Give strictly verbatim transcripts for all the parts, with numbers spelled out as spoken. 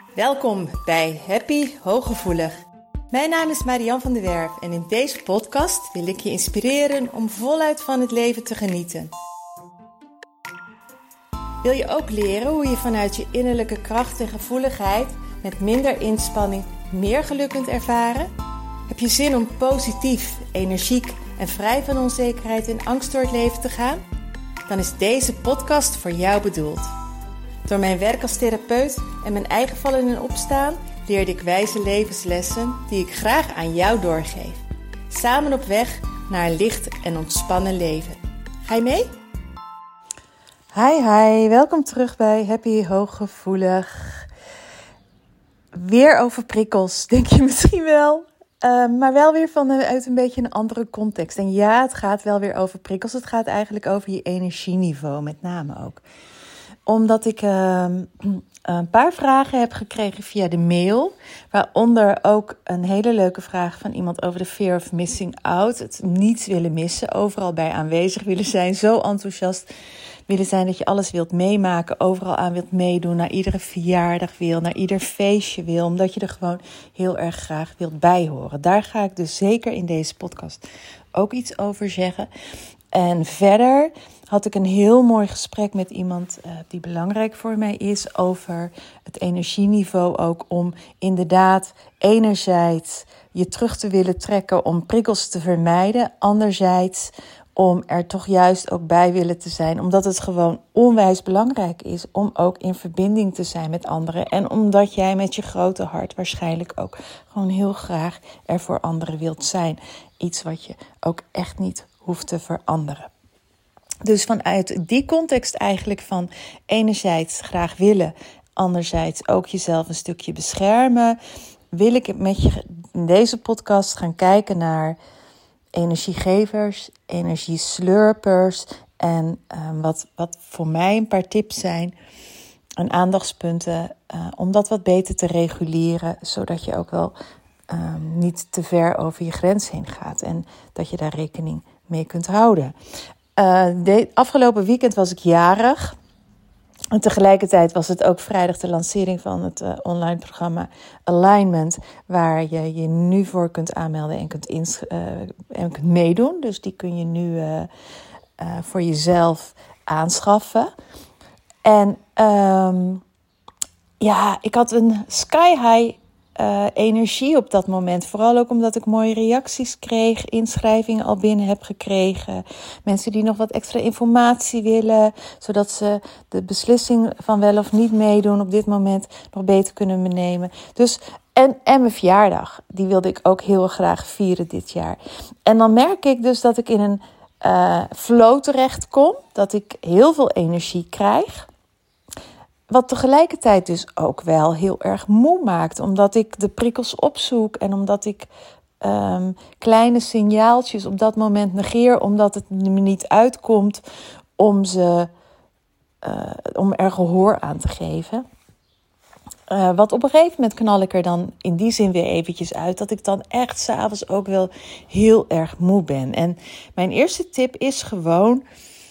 Welkom bij Happy Hooggevoelig. Mijn naam is Marianne van der Werf en in deze podcast wil ik je inspireren om voluit van het leven te genieten. Wil je ook leren hoe je vanuit je innerlijke kracht en gevoeligheid met minder inspanning meer geluk kunt ervaren? Heb je zin om positief, energiek en vrij van onzekerheid en angst door het leven te gaan? Dan is deze podcast voor jou bedoeld. Door mijn werk als therapeut en mijn eigen vallen en opstaan leerde ik wijze levenslessen die ik graag aan jou doorgeef. Samen op weg naar een licht en ontspannen leven. Ga je mee? Hi, hi. Welkom terug bij Happy Hooggevoelig. Weer over prikkels, denk je misschien wel. Uh, maar wel weer vanuit een beetje een andere context. En ja, het gaat wel weer over prikkels. Het gaat eigenlijk over je energieniveau, met name ook. Omdat ik uh, een paar vragen heb gekregen via de mail. Waaronder ook een hele leuke vraag van iemand over de fear of missing out. Het niets willen missen, overal bij aanwezig willen zijn. Zo enthousiast willen zijn dat je alles wilt meemaken. Overal aan wilt meedoen, naar iedere verjaardag wil, naar ieder feestje wil. Omdat je er gewoon heel erg graag wilt bijhoren. Daar ga ik dus zeker in deze podcast ook iets over zeggen. En verder had ik een heel mooi gesprek met iemand uh, die belangrijk voor mij is over het energieniveau ook, om inderdaad enerzijds je terug te willen trekken om prikkels te vermijden, anderzijds om er toch juist ook bij willen te zijn, omdat het gewoon onwijs belangrijk is om ook in verbinding te zijn met anderen en omdat jij met je grote hart waarschijnlijk ook gewoon heel graag er voor anderen wilt zijn. Iets wat je ook echt niet hoeft te veranderen. Dus vanuit die context eigenlijk van enerzijds graag willen, anderzijds ook jezelf een stukje beschermen, wil ik met je in deze podcast gaan kijken naar energiegevers, energieslurpers en um, wat, wat voor mij een paar tips zijn en aandachtspunten uh, om dat wat beter te reguleren, zodat je ook wel um, niet te ver over je grens heen gaat en dat je daar rekening mee kunt houden. Uh, de, afgelopen weekend was ik jarig. En tegelijkertijd was het ook vrijdag de lancering van het uh, online programma Alignment, waar je je nu voor kunt aanmelden en kunt, ins- uh, en kunt meedoen. Dus die kun je nu uh, uh, voor jezelf aanschaffen. En um, ja, ik had een sky high Uh, energie op dat moment. Vooral ook omdat ik mooie reacties kreeg, inschrijvingen al binnen heb gekregen. Mensen die nog wat extra informatie willen, zodat ze de beslissing van wel of niet meedoen op dit moment nog beter kunnen nemen. Dus, en, en mijn verjaardag, die wilde ik ook heel graag vieren dit jaar. En dan merk ik dus dat ik in een uh, flow terecht kom, dat ik heel veel energie krijg. Wat tegelijkertijd dus ook wel heel erg moe maakt. Omdat ik de prikkels opzoek en omdat ik um, kleine signaaltjes op dat moment negeer. Omdat het me niet uitkomt om, ze, uh, om er gehoor aan te geven. Uh, wat op een gegeven moment knal ik er dan in die zin weer eventjes uit. Dat ik dan echt 's avonds ook wel heel erg moe ben. En mijn eerste tip is gewoon: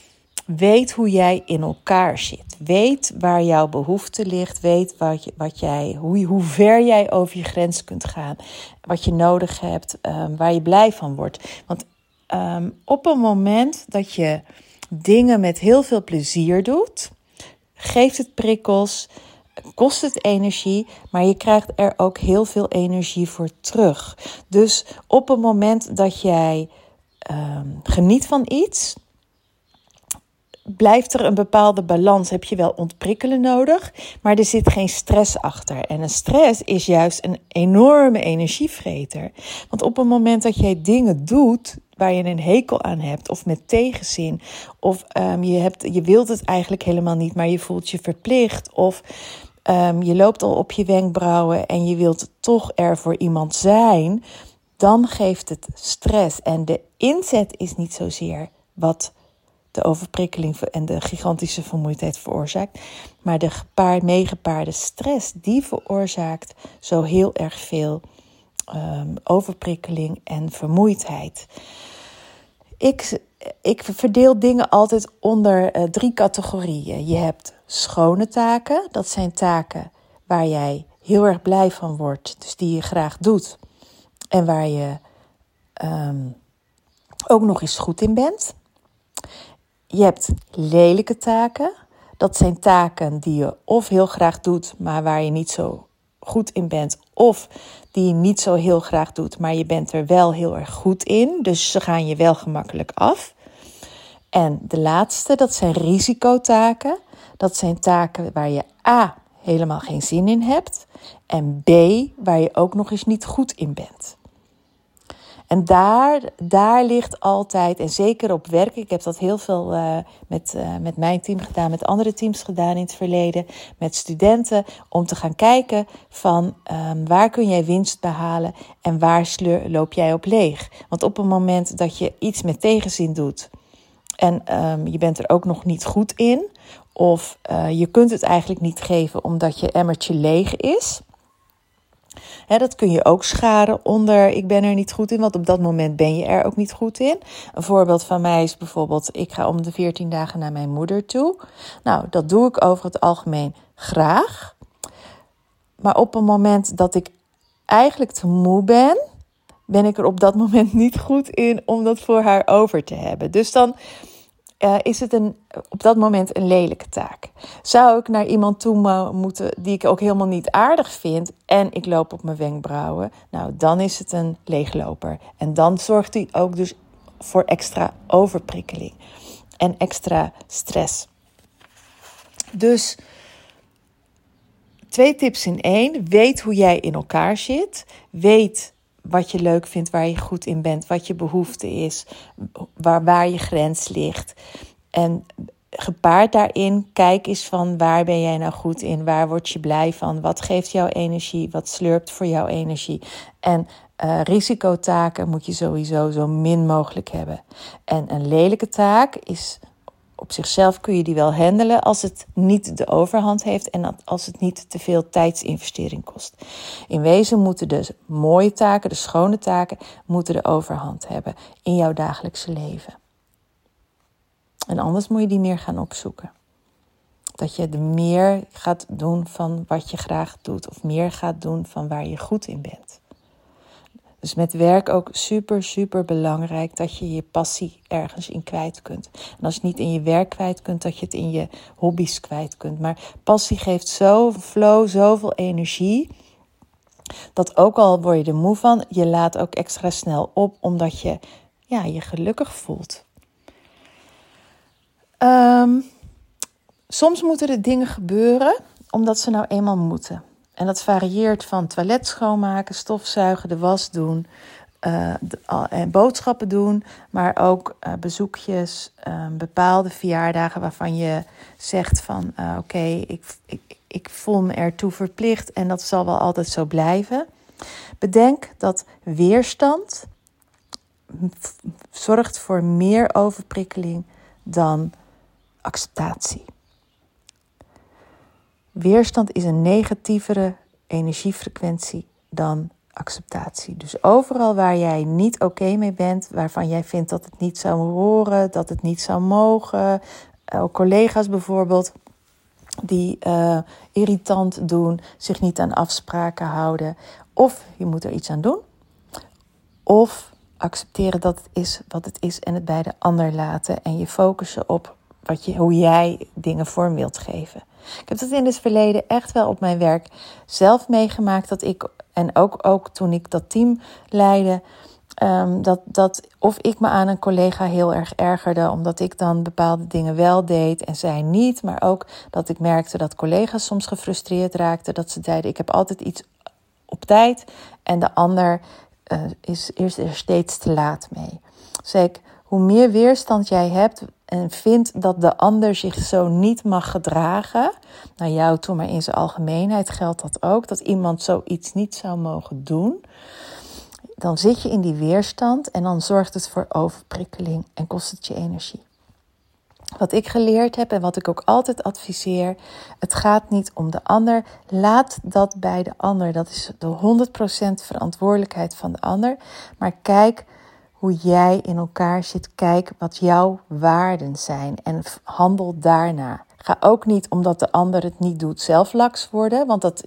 weet hoe jij in elkaar zit. Weet waar jouw behoefte ligt. Weet wat je, wat jij, hoe, hoe ver jij over je grens kunt gaan. Wat je nodig hebt. Um, waar je blij van wordt. Want um, op een moment dat je dingen met heel veel plezier doet, geeft het prikkels, kost het energie, maar je krijgt er ook heel veel energie voor terug. Dus op een moment dat jij um, geniet van iets, blijft er een bepaalde balans. Heb je wel ontprikkelen nodig, maar er zit geen stress achter. En een stress is juist een enorme energievreter. Want op het moment dat jij dingen doet waar je een hekel aan hebt, of met tegenzin, of um, je, hebt, je wilt het eigenlijk helemaal niet, maar je voelt je verplicht, of um, je loopt al op je wenkbrauwen en je wilt toch er voor iemand zijn, dan geeft het stress. En de inzet is niet zozeer wat de overprikkeling en de gigantische vermoeidheid veroorzaakt, maar de gepaard, meegepaarde stress, die veroorzaakt zo heel erg veel um, overprikkeling en vermoeidheid. Ik, ik verdeel dingen altijd onder uh, drie categorieën. Je hebt schone taken, dat zijn taken waar jij heel erg blij van wordt. Dus die je graag doet. En waar je um, ook nog eens goed in bent. Je hebt lelijke taken. Dat zijn taken die je of heel graag doet, maar waar je niet zo goed in bent. Of die je niet zo heel graag doet, maar je bent er wel heel erg goed in. Dus ze gaan je wel gemakkelijk af. En de laatste, dat zijn risicotaken. Dat zijn taken waar je A, helemaal geen zin in hebt. En B, waar je ook nog eens niet goed in bent. En daar, daar ligt altijd, en zeker op werk, ik heb dat heel veel uh, met, uh, met mijn team gedaan, met andere teams gedaan in het verleden, met studenten, om te gaan kijken van um, waar kun jij winst behalen en waar sleur, loop jij op leeg. Want op het moment dat je iets met tegenzin doet en um, je bent er ook nog niet goed in, of uh, je kunt het eigenlijk niet geven omdat je emmertje leeg is. He, dat kun je ook scharen onder ik ben er niet goed in, want op dat moment ben je er ook niet goed in. Een voorbeeld van mij is bijvoorbeeld, ik ga om de veertien dagen naar mijn moeder toe. Nou, dat doe ik over het algemeen graag. Maar op een moment dat ik eigenlijk te moe ben, ben ik er op dat moment niet goed in om dat voor haar over te hebben. Dus dan Uh, is het een, op dat moment een lelijke taak. Zou ik naar iemand toe mo- moeten die ik ook helemaal niet aardig vind en ik loop op mijn wenkbrauwen, nou dan is het een leegloper. En dan zorgt hij ook dus voor extra overprikkeling en extra stress. Dus twee tips in één. Weet hoe jij in elkaar zit. Weet wat je leuk vindt, waar je goed in bent, wat je behoefte is, waar, waar je grens ligt. En gepaard daarin, kijk eens van waar ben jij nou goed in, waar word je blij van, wat geeft jou energie, wat slurpt voor jou energie. En uh, risicotaken moet je sowieso zo min mogelijk hebben. En een lelijke taak is, op zichzelf kun je die wel handelen als het niet de overhand heeft en als het niet te veel tijdsinvestering kost. In wezen moeten de mooie taken, de schone taken, moeten de overhand hebben in jouw dagelijkse leven. En anders moet je die meer gaan opzoeken. Dat je er meer gaat doen van wat je graag doet of meer gaat doen van waar je goed in bent. Dus met werk ook super, super belangrijk dat je je passie ergens in kwijt kunt. En als je het niet in je werk kwijt kunt, dat je het in je hobby's kwijt kunt. Maar passie geeft zoveel flow, zoveel energie, dat ook al word je er moe van, je laat ook extra snel op, omdat je ja, je gelukkig voelt. Um, soms moeten er dingen gebeuren, omdat ze nou eenmaal moeten. En dat varieert van toilet schoonmaken, stofzuigen, de was doen, uh, de, uh, boodschappen doen. Maar ook uh, bezoekjes, uh, bepaalde verjaardagen waarvan je zegt van uh, oké, okay, ik, ik, ik voel me ertoe verplicht en dat zal wel altijd zo blijven. Bedenk dat weerstand f- zorgt voor meer overprikkeling dan acceptatie. Weerstand is een negatievere energiefrequentie dan acceptatie. Dus overal waar jij niet oké okay mee bent, waarvan jij vindt dat het niet zou horen, dat het niet zou mogen, ook collega's bijvoorbeeld die uh, irritant doen, zich niet aan afspraken houden, of je moet er iets aan doen, of accepteren dat het is wat het is en het bij de ander laten en je focussen op wat je, hoe jij dingen vorm wilt geven. Ik heb dat in het verleden echt wel op mijn werk zelf meegemaakt. Dat ik, en ook, ook toen ik dat team leidde, um, dat, dat of ik me aan een collega heel erg ergerde, omdat ik dan bepaalde dingen wel deed en zij niet. Maar ook dat ik merkte dat collega's soms gefrustreerd raakten. Dat ze zeiden, ik heb altijd iets op tijd en de ander uh, is, is er steeds te laat mee. Dus ik, hoe meer weerstand jij hebt en vindt dat de ander zich zo niet mag gedragen, naar jou toe, maar in zijn algemeenheid geldt dat ook, dat iemand zoiets niet zou mogen doen, dan zit je in die weerstand en dan zorgt het voor overprikkeling en kost het je energie. Wat ik geleerd heb en wat ik ook altijd adviseer, het gaat niet om de ander. Laat dat bij de ander. Dat is de honderd procent verantwoordelijkheid van de ander. Maar kijk hoe jij in elkaar zit. Kijk wat jouw waarden zijn en handel daarna. Ga ook niet, omdat de ander het niet doet, zelf laks worden. Want dat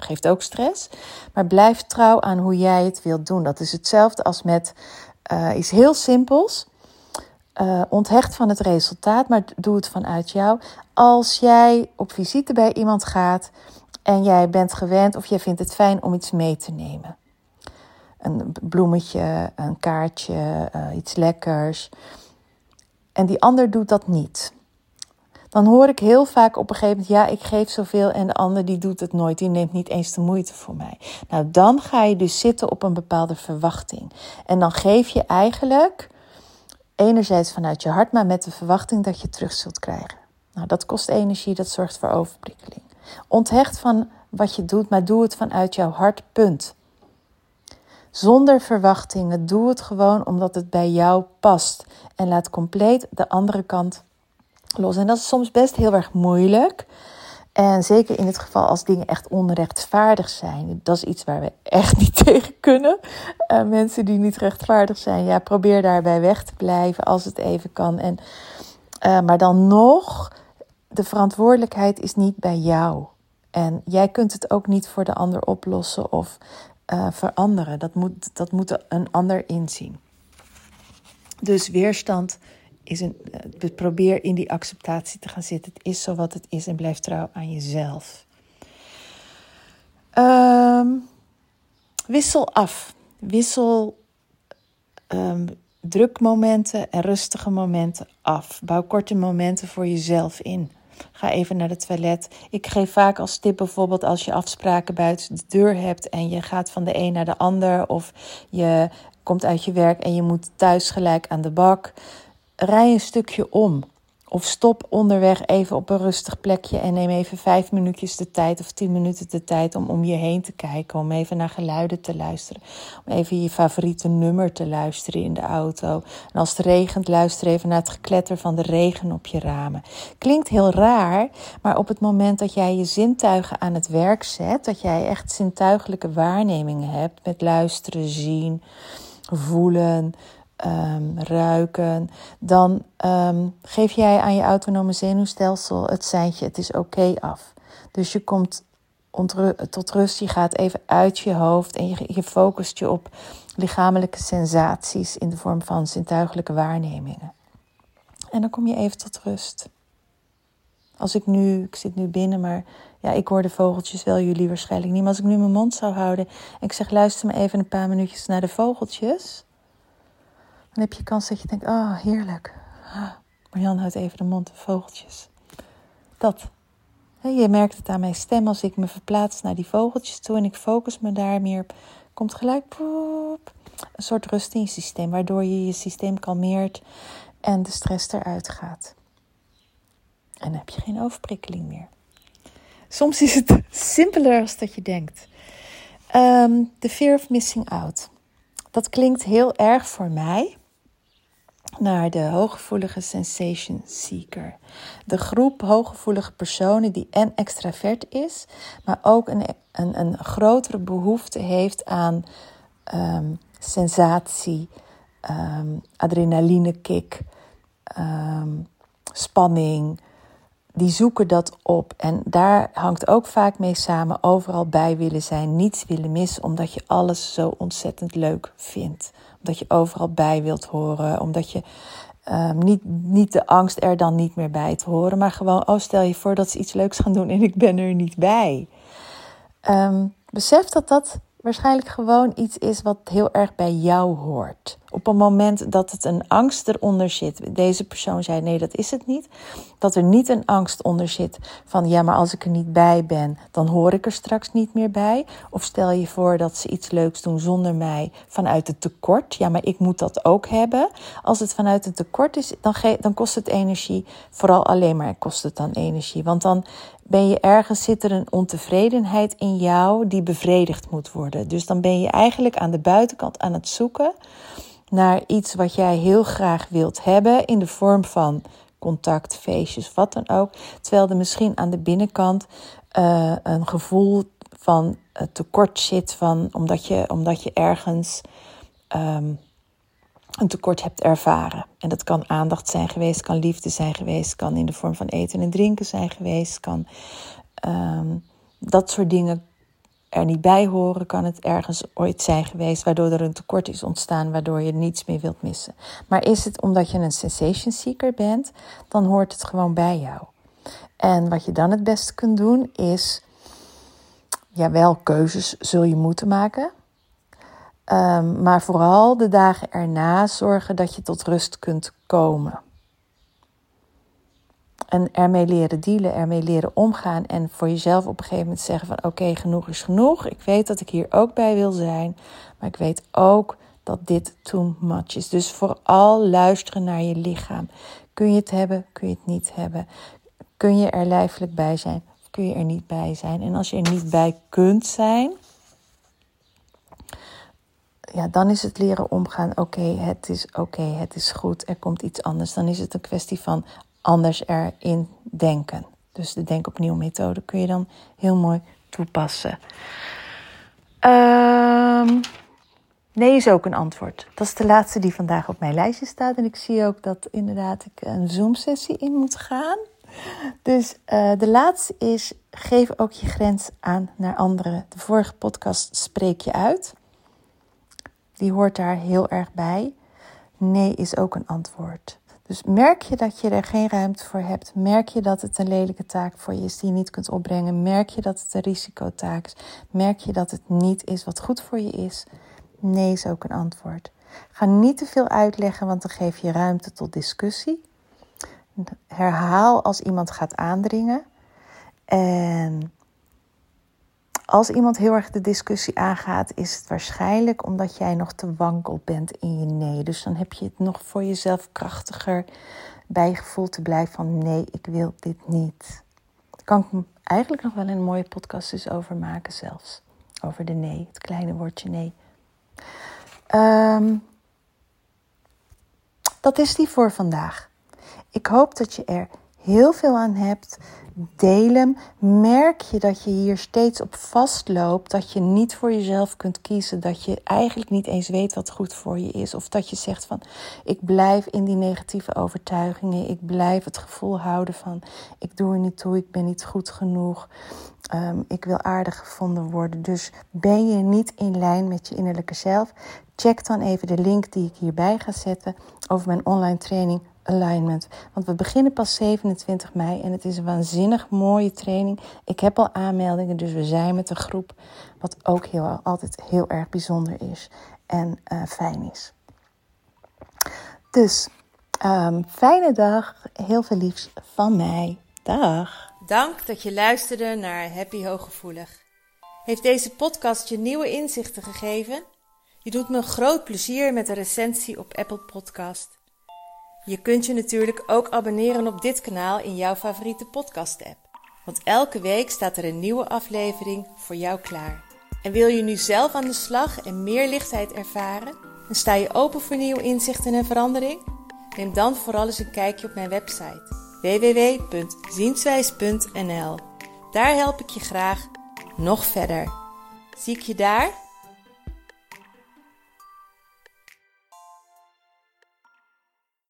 geeft ook stress. Maar blijf trouw aan hoe jij het wilt doen. Dat is hetzelfde als met uh, iets heel simpels. Uh, onthecht van het resultaat, maar doe het vanuit jou. Als jij op visite bij iemand gaat en jij bent gewend of jij vindt het fijn om iets mee te nemen. Een bloemetje, een kaartje, uh, iets lekkers. En die ander doet dat niet. Dan hoor ik heel vaak op een gegeven moment, ja, ik geef zoveel en de ander die doet het nooit. Die neemt niet eens de moeite voor mij. Nou, dan ga je dus zitten op een bepaalde verwachting. En dan geef je eigenlijk enerzijds vanuit je hart, maar met de verwachting dat je het terug zult krijgen. Nou, dat kost energie, dat zorgt voor overprikkeling. Onthecht van wat je doet, maar doe het vanuit jouw hart, punt. Zonder verwachtingen, doe het gewoon omdat het bij jou past. En laat compleet de andere kant los. En dat is soms best heel erg moeilijk. En zeker in het geval als dingen echt onrechtvaardig zijn. Dat is iets waar we echt niet tegen kunnen. Uh, mensen die niet rechtvaardig zijn, ja, probeer daarbij weg te blijven als het even kan. En, uh, maar dan nog, de verantwoordelijkheid is niet bij jou. En jij kunt het ook niet voor de ander oplossen of uh, veranderen. Dat moet, dat moet een ander inzien. Dus weerstand is een, uh, probeer in die acceptatie te gaan zitten. Het is zo wat het is en blijf trouw aan jezelf. Um, wissel af. Wissel um, drukmomenten en rustige momenten af. Bouw korte momenten voor jezelf in. Ga even naar het toilet. Ik geef vaak als tip bijvoorbeeld als je afspraken buiten de deur hebt en je gaat van de een naar de ander of je komt uit je werk en je moet thuis gelijk aan de bak. Rij een stukje om. Of stop onderweg even op een rustig plekje en neem even vijf minuutjes de tijd of tien minuten de tijd om om je heen te kijken. Om even naar geluiden te luisteren. Om even je favoriete nummer te luisteren in de auto. En als het regent, luister even naar het gekletter van de regen op je ramen. Klinkt heel raar, maar op het moment dat jij je zintuigen aan het werk zet, dat jij echt zintuigelijke waarnemingen hebt met luisteren, zien, voelen, Um, ruiken, dan um, geef jij aan je autonome zenuwstelsel het seintje, het is oké okay af. Dus je komt ontru- tot rust, je gaat even uit je hoofd en je, je focust je op lichamelijke sensaties in de vorm van zintuigelijke waarnemingen. En dan kom je even tot rust. Als ik nu, ik zit nu binnen, maar ja, ik hoor de vogeltjes wel, jullie waarschijnlijk niet. Maar als ik nu mijn mond zou houden en ik zeg, luister me even een paar minuutjes naar de vogeltjes, dan heb je kans dat je denkt, oh heerlijk. Ah, Marjan houdt even de mond, de vogeltjes. Dat. Je merkt het aan mijn stem als ik me verplaats naar die vogeltjes toe en ik focus me daar meer op. Komt gelijk poep, een soort rust in je systeem, waardoor je je systeem kalmeert en de stress eruit gaat. En dan heb je geen overprikkeling meer. Soms is het simpeler als dat je denkt. Um, the fear of missing out. Dat klinkt heel erg voor mij naar de hooggevoelige sensation seeker. De groep hooggevoelige personen die en extravert is, maar ook een, een, een grotere behoefte heeft aan um, sensatie, um, adrenalinekick, um, spanning. Die zoeken dat op en daar hangt ook vaak mee samen overal bij willen zijn, niets willen missen, omdat je alles zo ontzettend leuk vindt. Omdat je overal bij wilt horen, omdat je uh, niet, niet de angst er dan niet meer bij te horen, maar gewoon, oh stel je voor dat ze iets leuks gaan doen en ik ben er niet bij. Um, besef dat dat waarschijnlijk gewoon iets is wat heel erg bij jou hoort. Op een moment dat het een angst eronder zit. Deze persoon zei nee, dat is het niet. Dat er niet een angst onder zit van ja, maar als ik er niet bij ben, dan hoor ik er straks niet meer bij. Of stel je voor dat ze iets leuks doen zonder mij vanuit het tekort. Ja, maar ik moet dat ook hebben. Als het vanuit het tekort is, dan, ge- dan kost het energie. Vooral alleen maar kost het dan energie. Want dan ben je ergens, zit er een ontevredenheid in jou die bevredigd moet worden. Dus dan ben je eigenlijk aan de buitenkant aan het zoeken naar iets wat jij heel graag wilt hebben in de vorm van contact, feestjes, wat dan ook. Terwijl er misschien aan de binnenkant uh, een gevoel van uh, tekort zit, van, omdat, je, omdat je ergens um, een tekort hebt ervaren. En dat kan aandacht zijn geweest, kan liefde zijn geweest, kan in de vorm van eten en drinken zijn geweest, kan um, dat soort dingen er niet bij horen, kan het ergens ooit zijn geweest waardoor er een tekort is ontstaan, waardoor je niets meer wilt missen. Maar is het omdat je een sensation seeker bent, dan hoort het gewoon bij jou. En wat je dan het beste kunt doen is, ja, wel keuzes zul je moeten maken. Um, maar vooral de dagen erna zorgen dat je tot rust kunt komen. En ermee leren dealen, ermee leren omgaan. En voor jezelf op een gegeven moment zeggen van oké, okay, genoeg is genoeg. Ik weet dat ik hier ook bij wil zijn. Maar ik weet ook dat dit too much is. Dus vooral luisteren naar je lichaam. Kun je het hebben, kun je het niet hebben? Kun je er lijfelijk bij zijn of kun je er niet bij zijn? En als je er niet bij kunt zijn, ja, dan is het leren omgaan. Oké, okay, het is oké, okay, het is goed. Er komt iets anders. Dan is het een kwestie van anders erin denken. Dus de denk opnieuw methode kun je dan heel mooi toepassen. Um, nee is ook een antwoord. Dat is de laatste die vandaag op mijn lijstje staat. En ik zie ook dat inderdaad ik een Zoom-sessie in moet gaan. Dus uh, de laatste is, geef ook je grens aan naar anderen. De vorige podcast spreek je uit. Die hoort daar heel erg bij. Nee is ook een antwoord. Dus merk je dat je er geen ruimte voor hebt. Merk je dat het een lelijke taak voor je is die je niet kunt opbrengen. Merk je dat het een risicotaak is. Merk je dat het niet is wat goed voor je is. Nee is ook een antwoord. Ga niet te veel uitleggen, want dan geef je ruimte tot discussie. Herhaal als iemand gaat aandringen. En als iemand heel erg de discussie aangaat, is het waarschijnlijk omdat jij nog te wankel bent in je nee. Dus dan heb je het nog voor jezelf krachtiger bijgevoel te blijven van nee, ik wil dit niet. Daar kan ik eigenlijk nog wel een mooie podcast dus over maken zelfs. Over de nee, het kleine woordje nee. Um, dat is die voor vandaag. Ik hoop dat je er heel veel aan hebt. Deel hem. Merk je dat je hier steeds op vastloopt, dat je niet voor jezelf kunt kiezen, dat je eigenlijk niet eens weet wat goed voor je is, of dat je zegt van ik blijf in die negatieve overtuigingen, ik blijf het gevoel houden van ik doe er niet toe, ik ben niet goed genoeg, um, ik wil aardig gevonden worden. Dus ben je niet in lijn met je innerlijke zelf, check dan even de link die ik hierbij ga zetten over mijn online training Alignment. Want we beginnen pas zevenentwintig mei en het is een waanzinnig mooie training. Ik heb al aanmeldingen, dus we zijn met een groep, wat ook heel, altijd heel erg bijzonder is en uh, fijn is. Dus, um, fijne dag, heel veel liefs van mij. Dag. Dank dat je luisterde naar Happy Hooggevoelig. Heeft deze podcast je nieuwe inzichten gegeven? Je doet me een groot plezier met een recensie op Apple Podcast. Je kunt je natuurlijk ook abonneren op dit kanaal in jouw favoriete podcast-app. Want elke week staat er een nieuwe aflevering voor jou klaar. En wil je nu zelf aan de slag en meer lichtheid ervaren? En sta je open voor nieuwe inzichten en verandering? Neem dan vooral eens een kijkje op mijn website w w w punt zienswijs punt n l. Daar help ik je graag nog verder. Zie ik je daar?